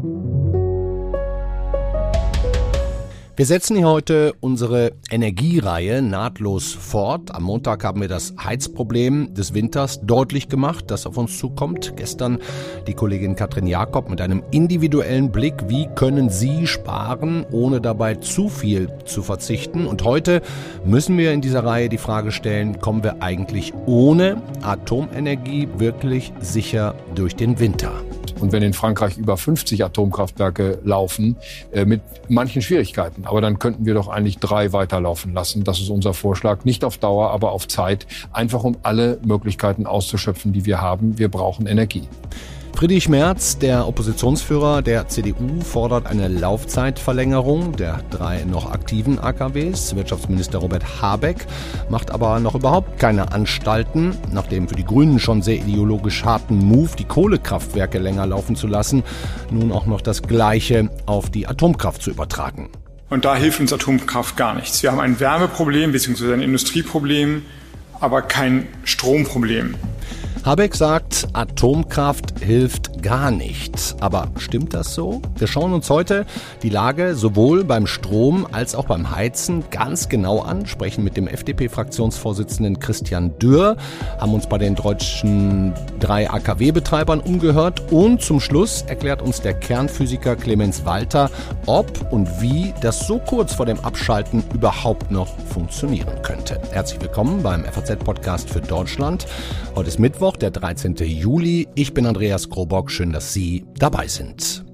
Wir setzen hier heute unsere Energiereihe nahtlos fort. Am Montag haben wir das Heizproblem des Winters deutlich gemacht, das auf uns zukommt. Gestern die Kollegin Katrin Jakob mit einem individuellen Blick, wie können Sie sparen, ohne dabei zu viel zu verzichten. Und heute müssen wir in dieser Reihe die Frage stellen, kommen wir eigentlich ohne Atomenergie wirklich sicher durch den Winter? Und wenn in Frankreich über 50 Atomkraftwerke laufen, mit manchen Schwierigkeiten. Aber dann könnten wir doch eigentlich 3 weiterlaufen lassen. Das ist unser Vorschlag. Nicht auf Dauer, aber auf Zeit. Einfach um alle Möglichkeiten auszuschöpfen, die wir haben. Wir brauchen Energie. Friedrich Merz, der Oppositionsführer der CDU, fordert eine Laufzeitverlängerung der 3 noch aktiven AKWs. Wirtschaftsminister Robert Habeck macht aber noch überhaupt keine Anstalten, nach dem für die Grünen schon sehr ideologisch harten Move, die Kohlekraftwerke länger laufen zu lassen, nun auch noch das Gleiche auf die Atomkraft zu übertragen. Und da hilft uns Atomkraft gar nichts. Wir haben ein Wärmeproblem bzw. ein Industrieproblem, aber kein Stromproblem. Habeck sagt, Atomkraft hilft gar nicht. Aber stimmt das so? Wir schauen uns heute die Lage sowohl beim Strom als auch beim Heizen ganz genau an, sprechen mit dem FDP-Fraktionsvorsitzenden Christian Dürr, haben uns bei den deutschen 3 AKW-Betreibern umgehört und zum Schluss erklärt uns der Kernphysiker Clemens Walter, ob und wie das so kurz vor dem Abschalten überhaupt noch funktionieren könnte. Herzlich willkommen beim FAZ-Podcast für Deutschland. Heute ist Mittwoch, der 13. Juli. Ich bin Andreas Grobock. Schön, dass Sie dabei sind.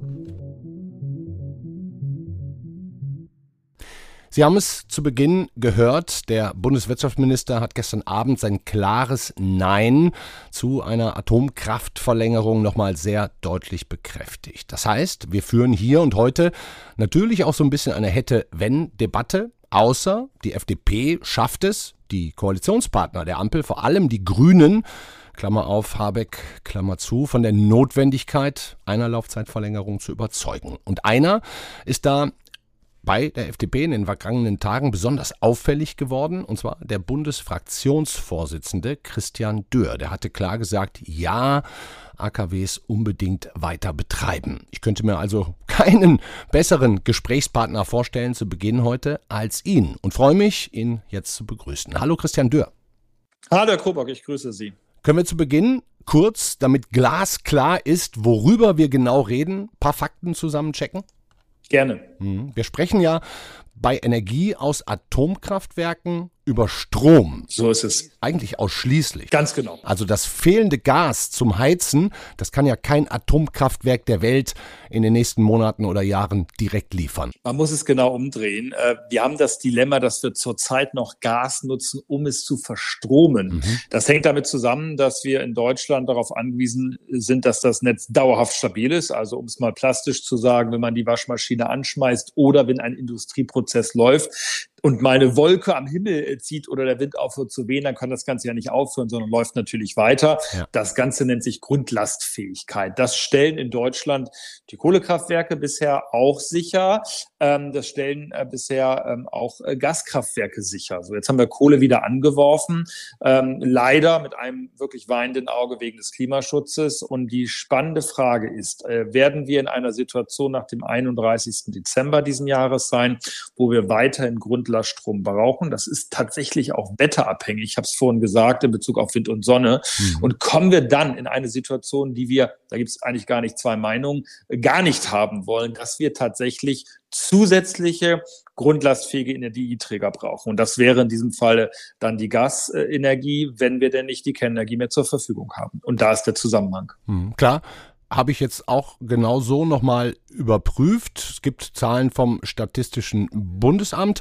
Sie haben es zu Beginn gehört, der Bundeswirtschaftsminister hat gestern Abend sein klares Nein zu einer Atomkraftverlängerung nochmal sehr deutlich bekräftigt. Das heißt, wir führen hier und heute natürlich auch so ein bisschen eine Hätte-Wenn-Debatte, außer die FDP schafft es, die Koalitionspartner der Ampel, vor allem die Grünen, Klammer auf, Habeck, Klammer zu, von der Notwendigkeit einer Laufzeitverlängerung zu überzeugen. Und einer ist da bei der FDP in den vergangenen Tagen besonders auffällig geworden, und zwar der Bundesfraktionsvorsitzende Christian Dürr. Der hatte klar gesagt, ja, AKWs unbedingt weiter betreiben. Ich könnte mir also keinen besseren Gesprächspartner vorstellen zu Beginn heute als ihn und freue mich, ihn jetzt zu begrüßen. Hallo Christian Dürr. Hallo Herr Krobock, ich grüße Sie. Können wir zu Beginn kurz, damit glasklar ist, worüber wir genau reden, ein paar Fakten zusammen checken? Gerne. Wir sprechen ja bei Energie aus Atomkraftwerken über Strom. So ist es. Eigentlich ausschließlich. Ganz genau. Also das fehlende Gas zum Heizen, das kann ja kein Atomkraftwerk der Welt in den nächsten Monaten oder Jahren direkt liefern. Man muss es genau umdrehen. Wir haben das Dilemma, dass wir zurzeit noch Gas nutzen, um es zu verstromen. Das hängt damit zusammen, dass wir in Deutschland darauf angewiesen sind, dass das Netz dauerhaft stabil ist. Also um es mal plastisch zu sagen, wenn man die Waschmaschine anschmeißt oder wenn ein Industrieprozess läuft und mal eine Wolke am Himmel zieht oder der Wind aufhört zu wehen, dann kann das Ganze ja nicht aufhören, sondern läuft natürlich weiter. Ja. Das Ganze nennt sich Grundlastfähigkeit. Das stellen in Deutschland die Kohlekraftwerke bisher auch sicher. Das stellen bisher auch Gaskraftwerke sicher. So, jetzt haben wir Kohle wieder angeworfen, leider mit einem wirklich weinenden Auge wegen des Klimaschutzes. Und die spannende Frage ist, werden wir in einer Situation nach dem 31. Dezember diesen Jahres sein, wo wir weiterhin Grundlaststrom brauchen? Das ist tatsächlich auch wetterabhängig. Ich habe es vorhin gesagt, in Bezug auf Wind und Sonne. Und kommen wir dann in eine Situation, die wir, da gibt es eigentlich gar nicht 2 Meinungen, gar nicht haben wollen, dass wir tatsächlich zusätzliche grundlastfähige Energieträger brauchen. Und das wäre in diesem Falle dann die Gasenergie, wenn wir denn nicht die Kernenergie mehr zur Verfügung haben. Und da ist der Zusammenhang. Klar. Habe ich jetzt auch genau so nochmal überprüft. Es gibt Zahlen vom Statistischen Bundesamt.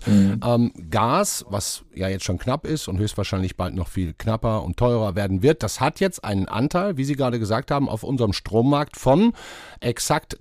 Gas, was ja jetzt schon knapp ist und höchstwahrscheinlich bald noch viel knapper und teurer werden wird, das hat jetzt einen Anteil, wie Sie gerade gesagt haben, auf unserem Strommarkt von exakt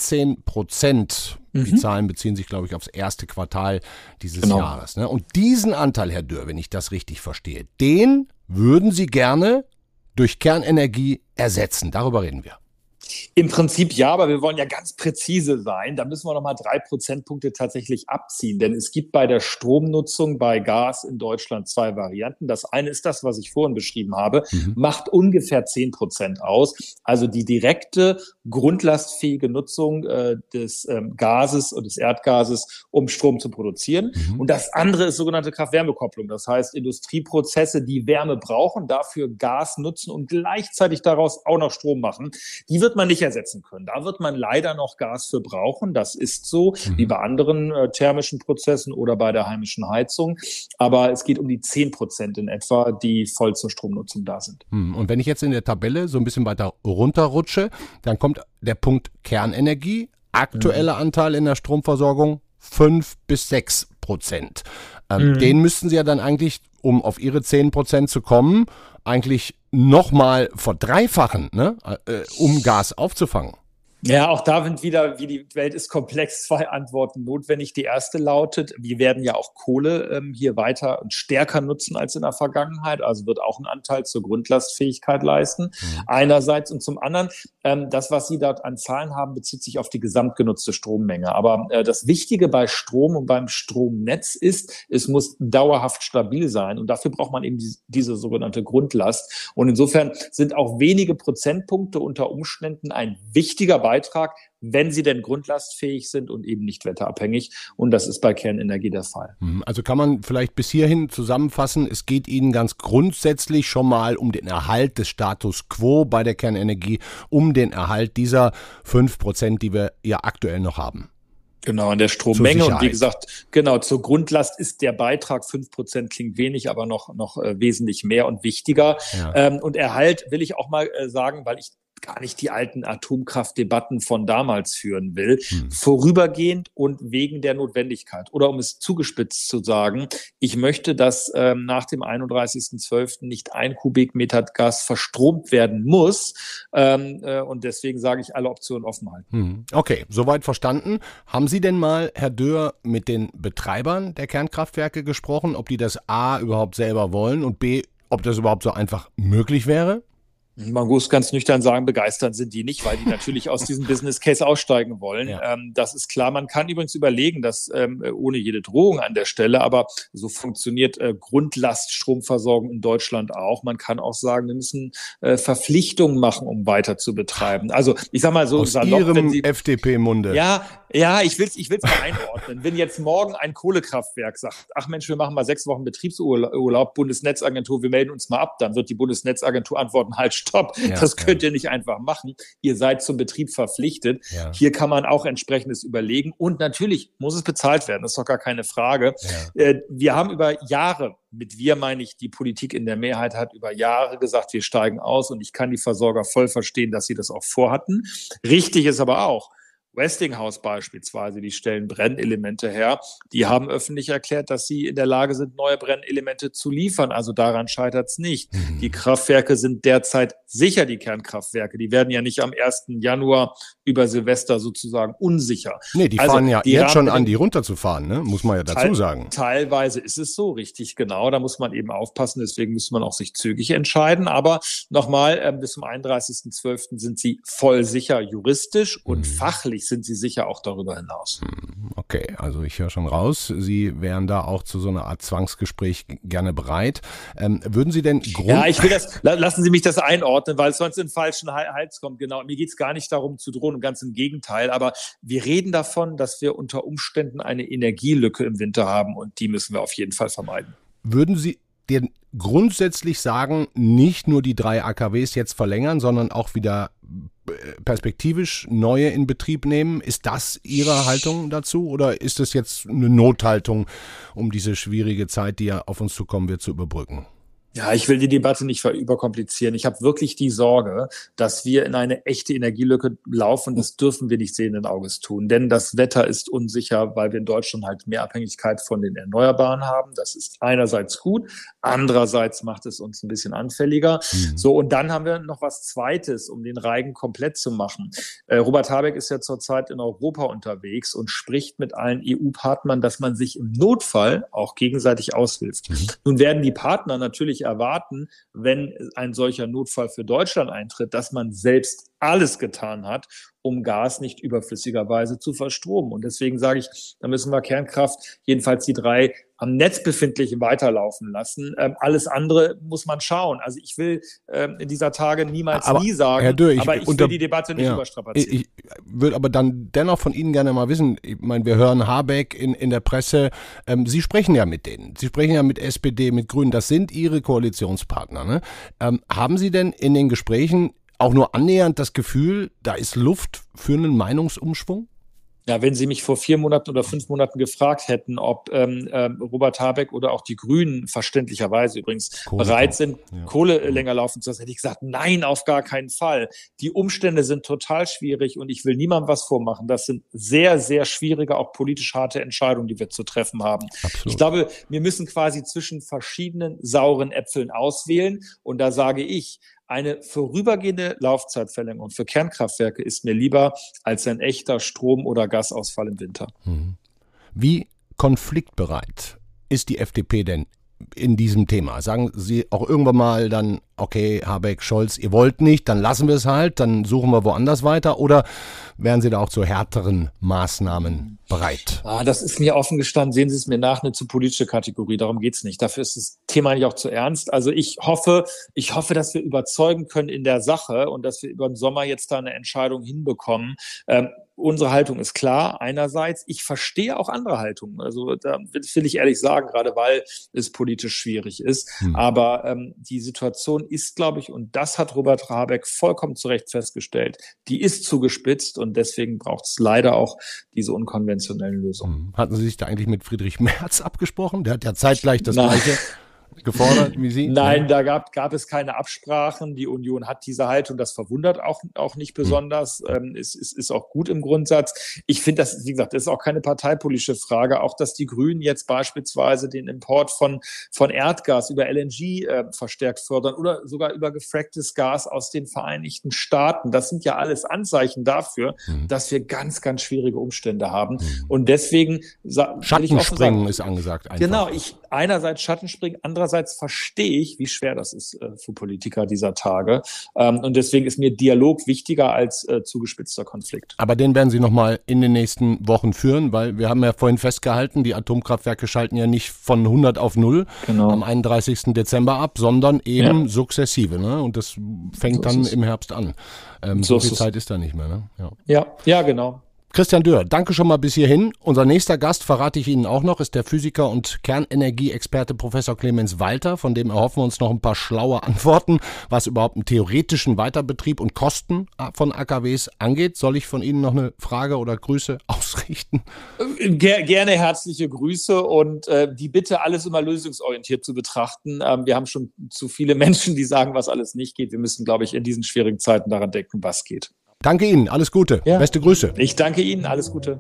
13%. Die Zahlen beziehen sich, glaube ich, aufs erste Quartal dieses Jahres. Ne? Und diesen Anteil, Herr Dürr, wenn ich das richtig verstehe, den würden Sie gerne durch Kernenergie ersetzen. Darüber reden wir. Im Prinzip ja, aber wir wollen ja ganz präzise sein. Da müssen wir nochmal 3 Prozentpunkte tatsächlich abziehen. Denn es gibt bei der Stromnutzung bei Gas in Deutschland 2 Varianten. Das eine ist das, was ich vorhin beschrieben habe, macht ungefähr 10% aus. Also die direkte grundlastfähige Nutzung des Gases und des Erdgases, um Strom zu produzieren. Und das andere ist sogenannte Kraft-Wärme-Kopplung. Das heißt, Industrieprozesse, die Wärme brauchen, dafür Gas nutzen und gleichzeitig daraus auch noch Strom machen. Die wird man nicht ersetzen können. Da wird man leider noch Gas für brauchen. Das ist so, wie bei anderen thermischen Prozessen oder bei der heimischen Heizung. Aber es geht um die 10% in etwa, die voll zur Stromnutzung da sind. Und wenn ich jetzt in der Tabelle so ein bisschen weiter runterrutsche, dann kommt der Punkt Kernenergie. Aktueller Anteil in der Stromversorgung 5-6%. Den müssten Sie ja dann eigentlich, um auf Ihre 10% zu kommen, eigentlich nochmal verdreifachen, ne? Um Gas aufzufangen. Ja, auch da sind wieder, wie die Welt ist komplex, 2 Antworten notwendig. Die erste lautet, wir werden ja auch Kohle hier weiter und stärker nutzen als in der Vergangenheit, also wird auch einen Anteil zur Grundlastfähigkeit leisten. Einerseits und zum anderen, das, was Sie dort an Zahlen haben, bezieht sich auf die gesamtgenutzte Strommenge. Aber das Wichtige bei Strom und beim Stromnetz ist, es muss dauerhaft stabil sein und dafür braucht man eben diese sogenannte Grundlast. Und insofern sind auch wenige Prozentpunkte unter Umständen ein wichtiger Beitrag, wenn sie denn grundlastfähig sind und eben nicht wetterabhängig. Und das ist bei Kernenergie der Fall. Also kann man vielleicht bis hierhin zusammenfassen, es geht Ihnen ganz grundsätzlich schon mal um den Erhalt des Status quo bei der Kernenergie, um den Erhalt dieser 5%, die wir ja aktuell noch haben. Genau, an der Strommenge. Und wie gesagt, genau, zur Grundlast ist der Beitrag 5%, klingt wenig, aber noch wesentlich mehr und wichtiger. Ja. Und Erhalt will ich auch mal sagen, weil ich gar nicht die alten Atomkraftdebatten von damals führen will, vorübergehend und wegen der Notwendigkeit. Oder um es zugespitzt zu sagen, ich möchte, dass nach dem 31.12. nicht 1 Kubikmeter Gas verstromt werden muss. Und deswegen sage ich, alle Optionen offen halten. Okay, soweit verstanden. Haben Sie denn mal, Herr Dürr, mit den Betreibern der Kernkraftwerke gesprochen, ob die das A überhaupt selber wollen und B, ob das überhaupt so einfach möglich wäre? Man muss ganz nüchtern sagen, begeistert sind die nicht, weil die natürlich aus diesem Business Case aussteigen wollen. Ja. Das ist klar. Man kann übrigens überlegen, dass ohne jede Drohung an der Stelle, aber so funktioniert Grundlaststromversorgung in Deutschland auch. Man kann auch sagen, wir müssen Verpflichtungen machen, um weiter zu betreiben. Also ich sag mal so aus salopp, Ihrem wenn Sie, FDP-Munde. Ja, ich will's mal einordnen. Wenn jetzt morgen ein Kohlekraftwerk sagt, ach Mensch, wir machen mal 6 Wochen Betriebsurlaub, Bundesnetzagentur, wir melden uns mal ab, dann wird die Bundesnetzagentur antworten, halt, stopp, das könnt ihr nicht einfach machen. Ihr seid zum Betrieb verpflichtet. Ja. Hier kann man auch entsprechendes überlegen. Und natürlich muss es bezahlt werden, das ist doch gar keine Frage. Ja. Wir haben über Jahre, mit wir meine ich, die Politik in der Mehrheit hat über Jahre gesagt, wir steigen aus und ich kann die Versorger voll verstehen, dass sie das auch vorhatten. Richtig ist aber auch, Westinghouse beispielsweise, die stellen Brennelemente her. Die haben öffentlich erklärt, dass sie in der Lage sind, neue Brennelemente zu liefern. Also daran scheitert es nicht. Die Kraftwerke sind derzeit sicher, die Kernkraftwerke. Die werden ja nicht am 1. Januar über Silvester sozusagen unsicher. Nee, die fahren ja jetzt schon an, die runterzufahren, ne? Muss man ja dazu sagen. Teilweise ist es so, richtig, genau. Da muss man eben aufpassen. Deswegen muss man auch sich zügig entscheiden. Aber nochmal, bis zum 31.12. sind sie voll sicher juristisch und fachlich sind sie sicher auch darüber hinaus. Okay, also ich höre schon raus, Sie wären da auch zu so einer Art Zwangsgespräch gerne bereit. Würden Sie denn Ja, ich will lassen Sie mich das einordnen, weil es sonst in den falschen Hals kommt. Genau, mir geht es gar nicht darum zu drohen, ganz im Gegenteil. Aber wir reden davon, dass wir unter Umständen eine Energielücke im Winter haben und die müssen wir auf jeden Fall vermeiden. Würden Sie denn grundsätzlich sagen, nicht nur die 3 AKWs jetzt verlängern, sondern auch wieder perspektivisch neue in Betrieb nehmen? Ist das Ihre Haltung dazu oder ist das jetzt eine Nothaltung, um diese schwierige Zeit, die ja auf uns zukommen wird, zu überbrücken? Ja, ich will die Debatte nicht überkomplizieren. Ich habe wirklich die Sorge, dass wir in eine echte Energielücke laufen. Das dürfen wir nicht sehenden Auges tun. Denn das Wetter ist unsicher, weil wir in Deutschland halt mehr Abhängigkeit von den Erneuerbaren haben. Das ist einerseits gut. Andererseits macht es uns ein bisschen anfälliger. So, und dann haben wir noch was Zweites, um den Reigen komplett zu machen. Robert Habeck ist ja zurzeit in Europa unterwegs und spricht mit allen EU-Partnern, dass man sich im Notfall auch gegenseitig aushilft. Nun werden die Partner natürlich erwarten, wenn ein solcher Notfall für Deutschland eintritt, dass man selbst alles getan hat, um Gas nicht überflüssigerweise zu verstromen. Und deswegen sage ich, da müssen wir Kernkraft, jedenfalls die 3 am Netz befindlichen, weiterlaufen lassen. Alles andere muss man schauen. Also ich will in dieser Tage niemals nie sagen, Herr Dürr, aber ich will die Debatte nicht überstrapazieren. Ich würde aber dann dennoch von Ihnen gerne mal wissen, ich meine, wir hören Habeck in der Presse, Sie sprechen ja mit denen, Sie sprechen ja mit SPD, mit Grünen, das sind Ihre Koalitionspartner. Ne? Haben Sie denn in den Gesprächen auch nur annähernd das Gefühl, da ist Luft für einen Meinungsumschwung? Ja, wenn Sie mich vor 4 Monaten oder 5 Monaten gefragt hätten, ob Robert Habeck oder auch die Grünen, verständlicherweise übrigens, bereit sind, Kohle länger laufen zu lassen, hätte ich gesagt, nein, auf gar keinen Fall. Die Umstände sind total schwierig und ich will niemandem was vormachen. Das sind sehr, sehr schwierige, auch politisch harte Entscheidungen, die wir zu treffen haben. Absolut. Ich glaube, wir müssen quasi zwischen verschiedenen sauren Äpfeln auswählen und da sage ich, eine vorübergehende Laufzeitverlängerung für Kernkraftwerke ist mir lieber als ein echter Strom- oder Gasausfall im Winter. Wie konfliktbereit ist die FDP denn in diesem Thema? Sagen Sie auch irgendwann mal dann, okay, Habeck, Scholz, ihr wollt nicht, dann lassen wir es halt, dann suchen wir woanders weiter, oder wären Sie da auch zu härteren Maßnahmen bereit? Das ist mir offen gestanden, sehen Sie es mir nach, eine zu politische Kategorie, darum geht's nicht. Dafür ist das Thema eigentlich auch zu ernst. Also ich hoffe, dass wir überzeugen können in der Sache und dass wir über den Sommer jetzt da eine Entscheidung hinbekommen. Unsere Haltung ist klar, einerseits. Ich verstehe auch andere Haltungen. Also da will ich ehrlich sagen, gerade weil es politisch schwierig ist. Aber die Situation ist, glaube ich, und das hat Robert Habeck vollkommen zu Recht festgestellt, die ist zugespitzt und deswegen braucht es leider auch diese unkonventionellen Lösungen. Hatten Sie sich da eigentlich mit Friedrich Merz abgesprochen? Der hat ja zeitgleich das Gleiche gefordert wie Sie? Nein, da gab es keine Absprachen. Die Union hat diese Haltung, das verwundert auch nicht besonders. Es ist auch gut im Grundsatz. Ich finde, das, wie gesagt, das ist auch keine parteipolitische Frage. Auch, dass die Grünen jetzt beispielsweise den Import von Erdgas über LNG verstärkt fördern oder sogar über gefracktes Gas aus den Vereinigten Staaten. Das sind ja alles Anzeichen dafür, dass wir ganz, ganz schwierige Umstände haben. Und deswegen Schattenspringen ist angesagt. Einfach. Genau, einerseits Schattenspringen, andererseits verstehe ich, wie schwer das ist für Politiker dieser Tage. Und deswegen ist mir Dialog wichtiger als zugespitzter Konflikt. Aber den werden Sie noch mal in den nächsten Wochen führen, weil wir haben ja vorhin festgehalten, die Atomkraftwerke schalten ja nicht von 100 auf 0 am 31. Dezember ab, sondern eben sukzessive. Ne? Und das fängt dann im Herbst an. So viel Zeit ist da nicht mehr. Ne? Ja, genau. Christian Dürr, danke schon mal bis hierhin. Unser nächster Gast, verrate ich Ihnen auch noch, ist der Physiker und Kernenergieexperte Professor Clemens Walter. Von dem erhoffen wir uns noch ein paar schlaue Antworten, was überhaupt einen theoretischen Weiterbetrieb und Kosten von AKWs angeht. Soll ich von Ihnen noch eine Frage oder Grüße ausrichten? Gerne herzliche Grüße und die Bitte, alles immer lösungsorientiert zu betrachten. Wir haben schon zu viele Menschen, die sagen, was alles nicht geht. Wir müssen, glaube ich, in diesen schwierigen Zeiten daran denken, was geht. Danke Ihnen, alles Gute, beste Grüße. Ich danke Ihnen, alles Gute.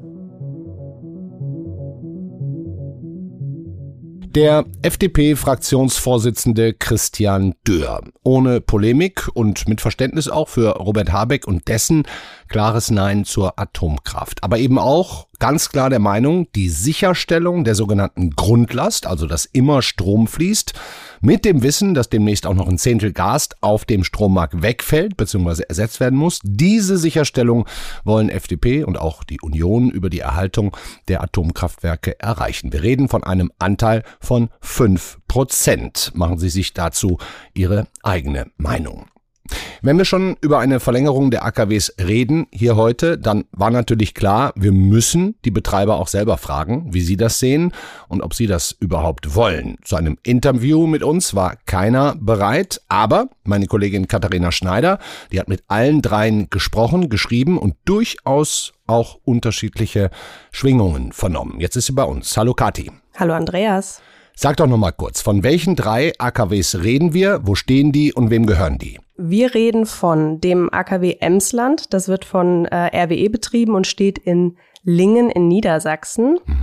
Der FDP-Fraktionsvorsitzende Christian Dürr. Ohne Polemik und mit Verständnis auch für Robert Habeck und dessen klares Nein zur Atomkraft. Aber eben auch ganz klar der Meinung, die Sicherstellung der sogenannten Grundlast, also dass immer Strom fließt, mit dem Wissen, dass demnächst auch noch ein Zehntel Gas auf dem Strommarkt wegfällt bzw. ersetzt werden muss. Diese Sicherstellung wollen FDP und auch die Union über die Erhaltung der Atomkraftwerke erreichen. Wir reden von einem Anteil von 5%. Machen Sie sich dazu Ihre eigene Meinung. Wenn wir schon über eine Verlängerung der AKWs reden, hier heute, dann war natürlich klar, wir müssen die Betreiber auch selber fragen, wie sie das sehen und ob sie das überhaupt wollen. Zu einem Interview mit uns war keiner bereit, aber meine Kollegin Katharina Schneider, die hat mit allen dreien gesprochen, geschrieben und durchaus auch unterschiedliche Schwingungen vernommen. Jetzt ist sie bei uns. Hallo Kathi. Hallo Andreas. Sag doch noch mal kurz, von welchen 3 AKWs reden wir, wo stehen die und wem gehören die? Wir reden von dem AKW Emsland, das wird von RWE betrieben und steht in Lingen in Niedersachsen.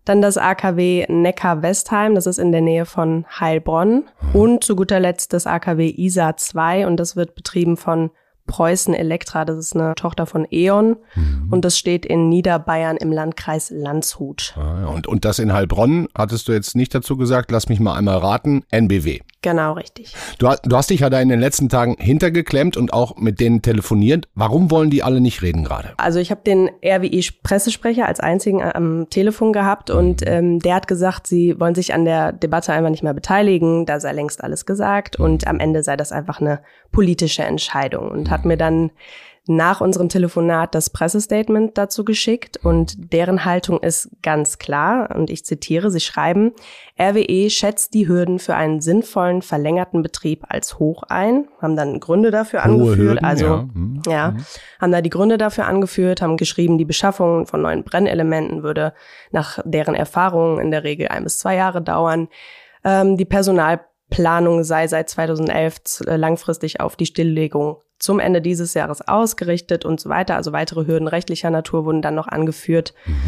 Dann das AKW Neckar-Westheim, das ist in der Nähe von Heilbronn. Und zu guter Letzt das AKW Isar 2 und das wird betrieben von Preußen Elektra, das ist eine Tochter von E.ON und das steht in Niederbayern im Landkreis Landshut. Und das in Heilbronn, hattest du jetzt nicht dazu gesagt, lass mich mal einmal raten, NBW. Genau, richtig. Du hast dich ja da in den letzten Tagen hintergeklemmt und auch mit denen telefoniert. Warum wollen die alle nicht reden gerade? Also ich habe den RWE-Pressesprecher als einzigen am Telefon gehabt und der hat gesagt, sie wollen sich an der Debatte einfach nicht mehr beteiligen, da sei längst alles gesagt und am Ende sei das einfach eine politische Entscheidung und hat mir dann nach unserem Telefonat das Pressestatement dazu geschickt und deren Haltung ist ganz klar und ich zitiere, sie schreiben, RWE schätzt die Hürden für einen sinnvollen verlängerten Betrieb als hoch ein, haben dann Gründe dafür angeführt, Hürden, haben da die Gründe dafür angeführt, haben geschrieben, die Beschaffung von neuen Brennelementen würde nach deren Erfahrungen in der Regel 1 bis 2 Jahre dauern, die Personalplanung sei seit 2011 langfristig auf die Stilllegung zum Ende dieses Jahres ausgerichtet und so weiter. Also weitere Hürden rechtlicher Natur wurden dann noch angeführt.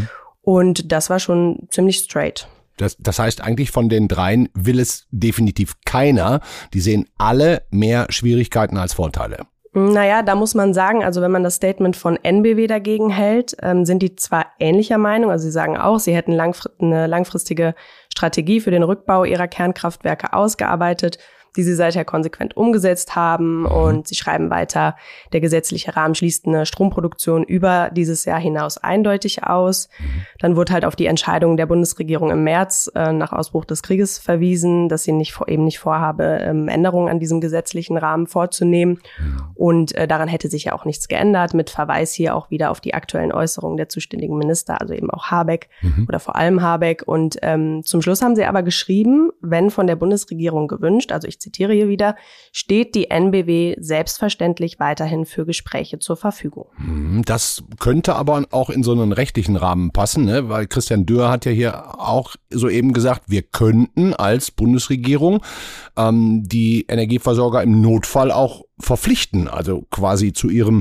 Und das war schon ziemlich straight. Das heißt, eigentlich von den dreien will es definitiv keiner. Die sehen alle mehr Schwierigkeiten als Vorteile. Naja, da muss man sagen, also wenn man das Statement von NBW dagegen hält, sind die zwar ähnlicher Meinung, also sie sagen auch, sie hätten eine langfristige Strategie für den Rückbau ihrer Kernkraftwerke ausgearbeitet, die sie seither konsequent umgesetzt haben. Und sie schreiben weiter, der gesetzliche Rahmen schließt eine Stromproduktion über dieses Jahr hinaus eindeutig aus. Dann wurde halt auf die Entscheidung der Bundesregierung im März nach Ausbruch des Krieges verwiesen, dass sie eben nicht vorhabe, Änderungen an diesem gesetzlichen Rahmen vorzunehmen. Und daran hätte sich ja auch nichts geändert, mit Verweis hier auch wieder auf die aktuellen Äußerungen der zuständigen Minister, also eben auch Habeck oder vor allem Habeck. Und zum Schluss haben sie aber geschrieben, wenn von der Bundesregierung gewünscht, also ich zitiere hier wieder, steht die NBW selbstverständlich weiterhin für Gespräche zur Verfügung. Das könnte aber auch in so einen rechtlichen Rahmen passen, ne? Weil Christian Dürr hat ja hier auch soeben gesagt, wir könnten als Bundesregierung die Energieversorger im Notfall auch verpflichten, also quasi zu ihrem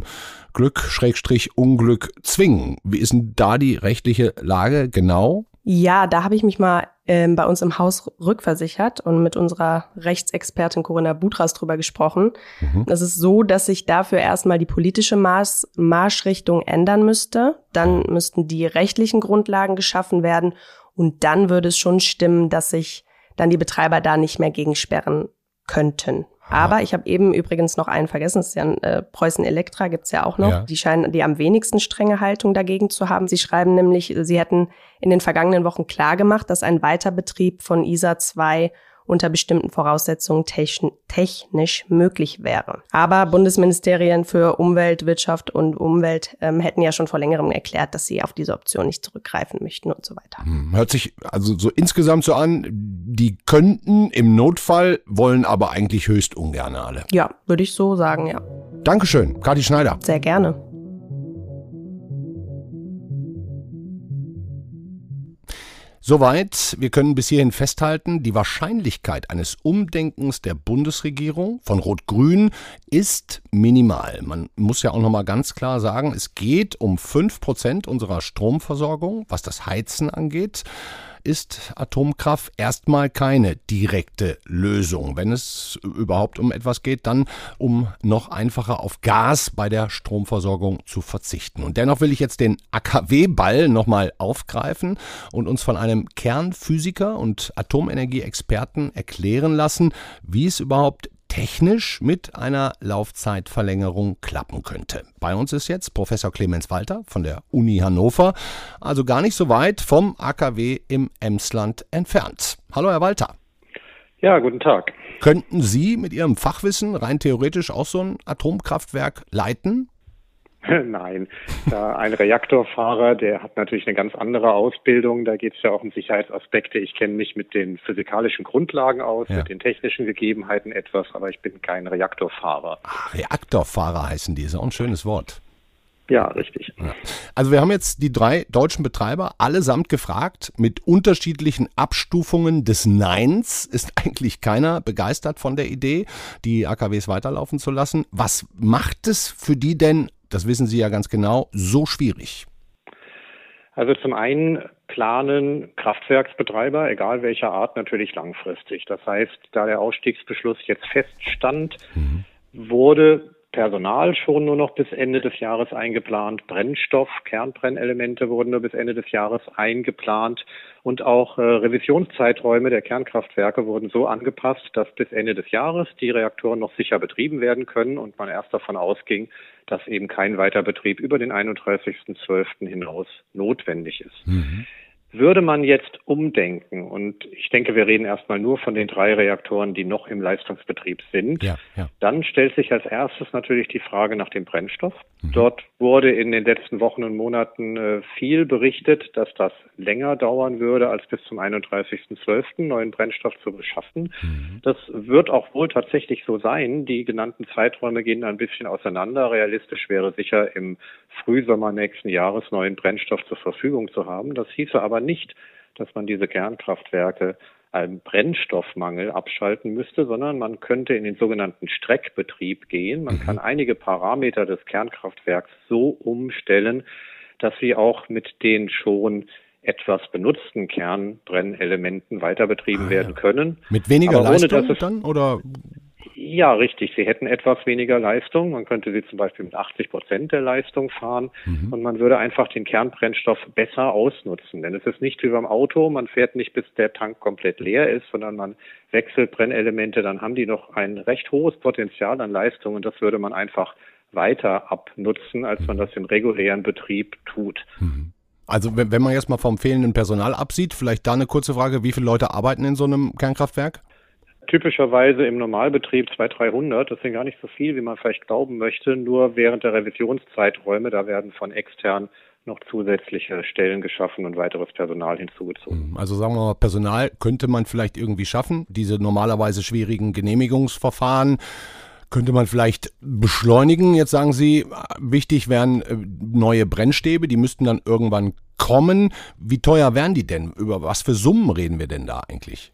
Glück/Unglück zwingen. Wie ist denn da die rechtliche Lage genau? Ja, da habe ich mich mal bei uns im Haus rückversichert und mit unserer Rechtsexpertin Corinna Budras drüber gesprochen. Es ist so, dass sich dafür erstmal die politische Marschrichtung ändern müsste. Dann müssten die rechtlichen Grundlagen geschaffen werden und dann würde es schon stimmen, dass sich dann die Betreiber da nicht mehr gegensperren könnten. Aber ich habe eben übrigens noch einen vergessen, das ist ja Preußen Elektra, gibt's ja auch noch. Ja. Die scheinen die am wenigsten strenge Haltung dagegen zu haben. Sie schreiben nämlich, sie hätten in den vergangenen Wochen klargemacht, dass ein Weiterbetrieb von Isar 2 unter bestimmten Voraussetzungen technisch möglich wäre. Aber Bundesministerien für Umwelt, Wirtschaft und Umwelt hätten ja schon vor längerem erklärt, dass sie auf diese Option nicht zurückgreifen möchten und so weiter. Hört sich also so insgesamt so an, die könnten im Notfall, wollen aber eigentlich höchst ungern alle. Ja, würde ich so sagen, ja. Dankeschön, Kathi Schneider. Sehr gerne. Soweit, wir können bis hierhin festhalten, die Wahrscheinlichkeit eines Umdenkens der Bundesregierung von Rot-Grün ist minimal. Man muss ja auch nochmal ganz klar sagen, es geht um 5% unserer Stromversorgung, was das Heizen angeht. Ist Atomkraft erstmal keine direkte Lösung. Wenn es überhaupt um etwas geht, dann um noch einfacher auf Gas bei der Stromversorgung zu verzichten. Und dennoch will ich jetzt den AKW-Ball nochmal aufgreifen und uns von einem Kernphysiker und Atomenergieexperten erklären lassen, wie es überhaupt technisch mit einer Laufzeitverlängerung klappen könnte. Bei uns ist jetzt Professor Clemens Walter von der Uni Hannover, also gar nicht so weit vom AKW im Emsland entfernt. Hallo Herr Walter. Ja, guten Tag. Könnten Sie mit Ihrem Fachwissen rein theoretisch auch so ein Atomkraftwerk leiten? Nein, ein Reaktorfahrer, der hat natürlich eine ganz andere Ausbildung. Da geht es ja auch um Sicherheitsaspekte. Ich kenne mich mit den physikalischen Grundlagen aus, mit den technischen Gegebenheiten etwas, aber ich bin kein Reaktorfahrer. Ach, Reaktorfahrer heißen die, ist auch ein schönes Wort. Ja, richtig. Ja. Also wir haben jetzt die 3 deutschen Betreiber allesamt gefragt, mit unterschiedlichen Abstufungen des Neins. Ist eigentlich keiner begeistert von der Idee, die AKWs weiterlaufen zu lassen. Was macht es für die denn, das wissen Sie ja ganz genau, so schwierig? Also zum einen planen Kraftwerksbetreiber, egal welcher Art, natürlich langfristig. Das heißt, da der Ausstiegsbeschluss jetzt feststand, wurde Personal schon nur noch bis Ende des Jahres eingeplant, Brennstoff, Kernbrennelemente wurden nur bis Ende des Jahres eingeplant und auch Revisionszeiträume der Kernkraftwerke wurden so angepasst, dass bis Ende des Jahres die Reaktoren noch sicher betrieben werden können und man erst davon ausging, dass eben kein Weiterbetrieb über den 31.12. hinaus notwendig ist. Würde man jetzt umdenken, und ich denke, wir reden erstmal nur von den 3 Reaktoren, die noch im Leistungsbetrieb sind, dann stellt sich als erstes natürlich die Frage nach dem Brennstoff. Dort wurde in den letzten Wochen und Monaten viel berichtet, dass das länger dauern würde, als bis zum 31.12. neuen Brennstoff zu beschaffen. Das wird auch wohl tatsächlich so sein. Die genannten Zeiträume gehen ein bisschen auseinander. Realistisch wäre sicher im Frühsommer nächsten Jahres neuen Brennstoff zur Verfügung zu haben. Das hieße aber nicht, dass man diese Kernkraftwerke einem Brennstoffmangel abschalten müsste, sondern man könnte in den sogenannten Streckbetrieb gehen. Man kann einige Parameter des Kernkraftwerks so umstellen, dass sie auch mit den schon etwas benutzten Kernbrennelementen weiter betrieben werden können. Mit weniger Leistung dann, oder? Ja, richtig. Sie hätten etwas weniger Leistung. Man könnte sie zum Beispiel mit 80% der Leistung fahren und man würde einfach den Kernbrennstoff besser ausnutzen. Denn es ist nicht wie beim Auto, man fährt nicht, bis der Tank komplett leer ist, sondern man wechselt Brennelemente, dann haben die noch ein recht hohes Potenzial an Leistung und das würde man einfach weiter abnutzen, als man das im regulären Betrieb tut. Also wenn man jetzt mal vom fehlenden Personal absieht, vielleicht da eine kurze Frage, wie viele Leute arbeiten in so einem Kernkraftwerk? Typischerweise im Normalbetrieb 200-300, das sind gar nicht so viel, wie man vielleicht glauben möchte, nur während der Revisionszeiträume, da werden von extern noch zusätzliche Stellen geschaffen und weiteres Personal hinzugezogen. Also sagen wir mal, Personal könnte man vielleicht irgendwie schaffen, diese normalerweise schwierigen Genehmigungsverfahren könnte man vielleicht beschleunigen. Jetzt sagen Sie, wichtig wären neue Brennstäbe, die müssten dann irgendwann kommen. Wie teuer wären die denn? Über was für Summen reden wir denn da eigentlich?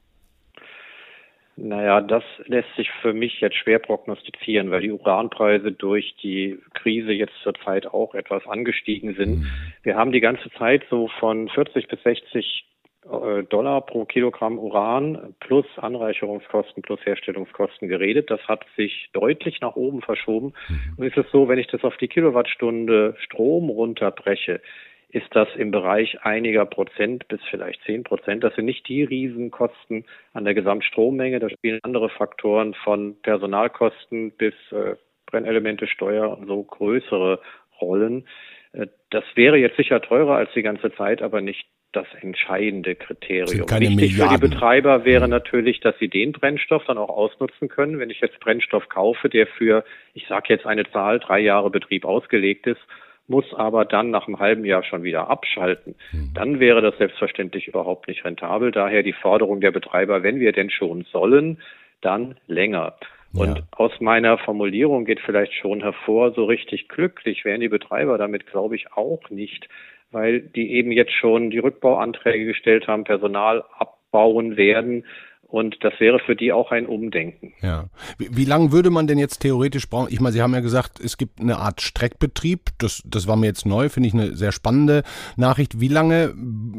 Naja, das lässt sich für mich jetzt schwer prognostizieren, weil die Uranpreise durch die Krise jetzt zurzeit auch etwas angestiegen sind. Wir haben die ganze Zeit so von 40 bis 60 Dollar pro Kilogramm Uran plus Anreicherungskosten plus Herstellungskosten geredet. Das hat sich deutlich nach oben verschoben. Und ist es so, wenn ich das auf die Kilowattstunde Strom runterbreche, ist das im Bereich einiger Prozent bis vielleicht 10%. Das sind nicht die Riesenkosten an der Gesamtstrommenge. Da spielen andere Faktoren von Personalkosten bis Brennelemente, Steuer und so größere Rollen. Das wäre jetzt sicher teurer als die ganze Zeit, aber nicht das entscheidende Kriterium. Wichtig für die Betreiber wäre natürlich, dass sie den Brennstoff dann auch ausnutzen können. Wenn ich jetzt Brennstoff kaufe, der für, ich sage jetzt eine Zahl, 3 Jahre Betrieb ausgelegt ist, muss aber dann nach einem halben Jahr schon wieder abschalten, dann wäre das selbstverständlich überhaupt nicht rentabel. Daher die Forderung der Betreiber, wenn wir denn schon sollen, dann länger. Und aus meiner Formulierung geht vielleicht schon hervor, so richtig glücklich wären die Betreiber damit, glaube ich, auch nicht, weil die eben jetzt schon die Rückbauanträge gestellt haben, Personal abbauen werden. Und das wäre für die auch ein Umdenken. Ja. Wie lange würde man denn jetzt theoretisch brauchen? Ich meine, Sie haben ja gesagt, es gibt eine Art Streckbetrieb. Das war mir jetzt neu, finde ich eine sehr spannende Nachricht. Wie lange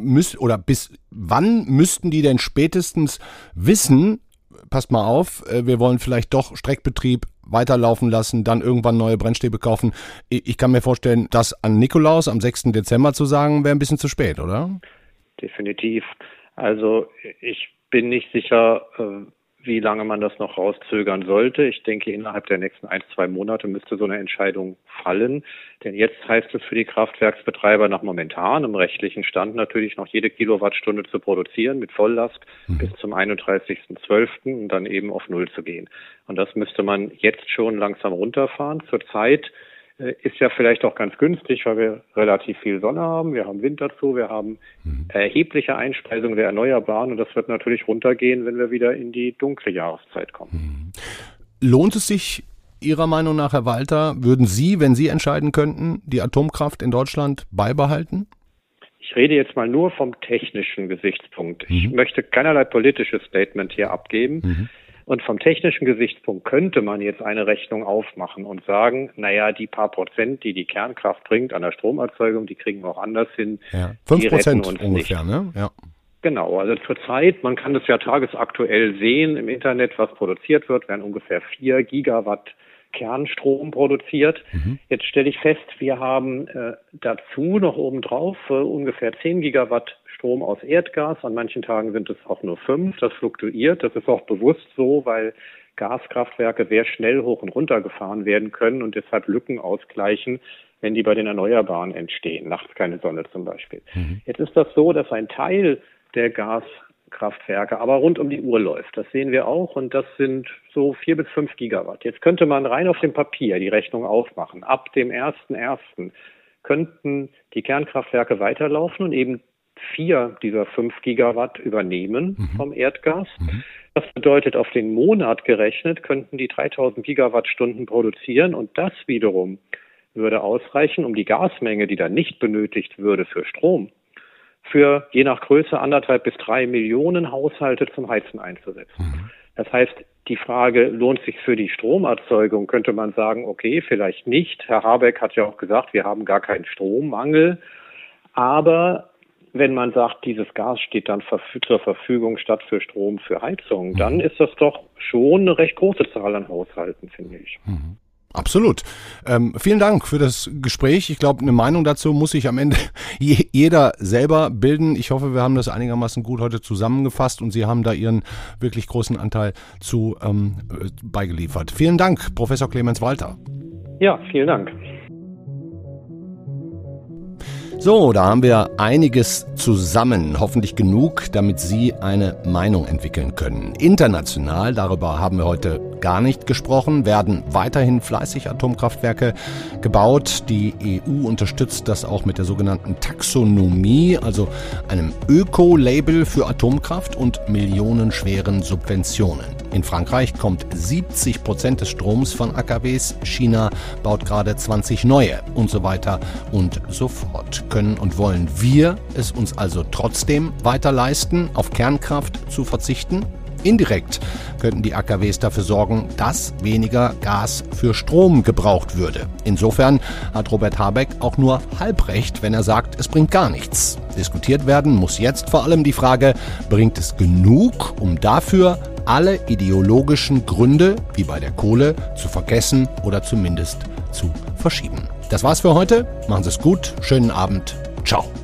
bis wann müssten die denn spätestens wissen, passt mal auf, wir wollen vielleicht doch Streckbetrieb weiterlaufen lassen, dann irgendwann neue Brennstäbe kaufen. Ich kann mir vorstellen, das an Nikolaus am 6. Dezember zu sagen, wäre ein bisschen zu spät, oder? Definitiv. Also ich bin nicht sicher, wie lange man das noch rauszögern sollte. Ich denke, innerhalb der nächsten 1-2 Monate müsste so eine Entscheidung fallen. Denn jetzt heißt es für die Kraftwerksbetreiber nach momentanem rechtlichen Stand natürlich noch jede Kilowattstunde zu produzieren mit Volllast bis zum 31.12. und dann eben auf Null zu gehen. Und das müsste man jetzt schon langsam runterfahren. Zurzeit ist ja vielleicht auch ganz günstig, weil wir relativ viel Sonne haben, wir haben Wind dazu, wir haben erhebliche Einspeisung der Erneuerbaren und das wird natürlich runtergehen, wenn wir wieder in die dunkle Jahreszeit kommen. Lohnt es sich Ihrer Meinung nach, Herr Walter, würden Sie, wenn Sie entscheiden könnten, die Atomkraft in Deutschland beibehalten? Ich rede jetzt mal nur vom technischen Gesichtspunkt. Ich möchte keinerlei politisches Statement hier abgeben. Und vom technischen Gesichtspunkt könnte man jetzt eine Rechnung aufmachen und sagen, naja, die paar Prozent, die die Kernkraft bringt an der Stromerzeugung, die kriegen wir auch anders hin. Ja, 5% ungefähr, ne? Ja. Genau, also zurzeit, man kann das ja tagesaktuell sehen im Internet, was produziert wird, werden ungefähr 4 Gigawatt Kernstrom produziert. Jetzt stelle ich fest, wir haben dazu noch obendrauf ungefähr 10 Gigawatt Strom aus Erdgas. An manchen Tagen sind es auch nur 5. Das fluktuiert. Das ist auch bewusst so, weil Gaskraftwerke sehr schnell hoch und runter gefahren werden können und deshalb Lücken ausgleichen, wenn die bei den Erneuerbaren entstehen. Nachts keine Sonne zum Beispiel. Jetzt ist das so, dass ein Teil der Gaskraftwerke aber rund um die Uhr läuft. Das sehen wir auch und das sind so 4 bis 5 Gigawatt. Jetzt könnte man rein auf dem Papier die Rechnung aufmachen. Ab dem 1.1. könnten die Kernkraftwerke weiterlaufen und eben 4 dieser 5 Gigawatt übernehmen vom Erdgas. Das bedeutet, auf den Monat gerechnet könnten die 3000 Gigawattstunden produzieren und das wiederum würde ausreichen, um die Gasmenge, die dann nicht benötigt würde für Strom, für je nach Größe 1,5 bis 3 Millionen Haushalte zum Heizen einzusetzen. Das heißt, die Frage, lohnt sich für die Stromerzeugung, könnte man sagen, okay, vielleicht nicht. Herr Habeck hat ja auch gesagt, wir haben gar keinen Strommangel. Aber wenn man sagt, dieses Gas steht dann zur Verfügung statt für Strom für Heizung, dann ist das doch schon eine recht große Zahl an Haushalten, finde ich. Absolut. Vielen Dank für das Gespräch. Ich glaube, eine Meinung dazu muss sich am Ende jeder selber bilden. Ich hoffe, wir haben das einigermaßen gut heute zusammengefasst und Sie haben da Ihren wirklich großen Anteil zu beigeliefert. Vielen Dank, Professor Clemens Walter. Ja, vielen Dank. So, da haben wir einiges zusammen, hoffentlich genug, damit Sie eine Meinung entwickeln können. International, darüber haben wir heute gar nicht gesprochen, werden weiterhin fleißig Atomkraftwerke gebaut. Die EU unterstützt das auch mit der sogenannten Taxonomie, also einem Öko-Label für Atomkraft und millionenschweren Subventionen. In Frankreich kommt 70% des Stroms von AKWs, China baut gerade 20 neue und so weiter und so fort. Können und wollen wir es uns also trotzdem weiter leisten, auf Kernkraft zu verzichten? Indirekt könnten die AKWs dafür sorgen, dass weniger Gas für Strom gebraucht würde. Insofern hat Robert Habeck auch nur halb recht, wenn er sagt, es bringt gar nichts. Diskutiert werden muss jetzt vor allem die Frage, bringt es genug, um dafür alle ideologischen Gründe, wie bei der Kohle, zu vergessen oder zumindest zu verschieben. Das war's für heute. Machen Sie es gut. Schönen Abend. Ciao.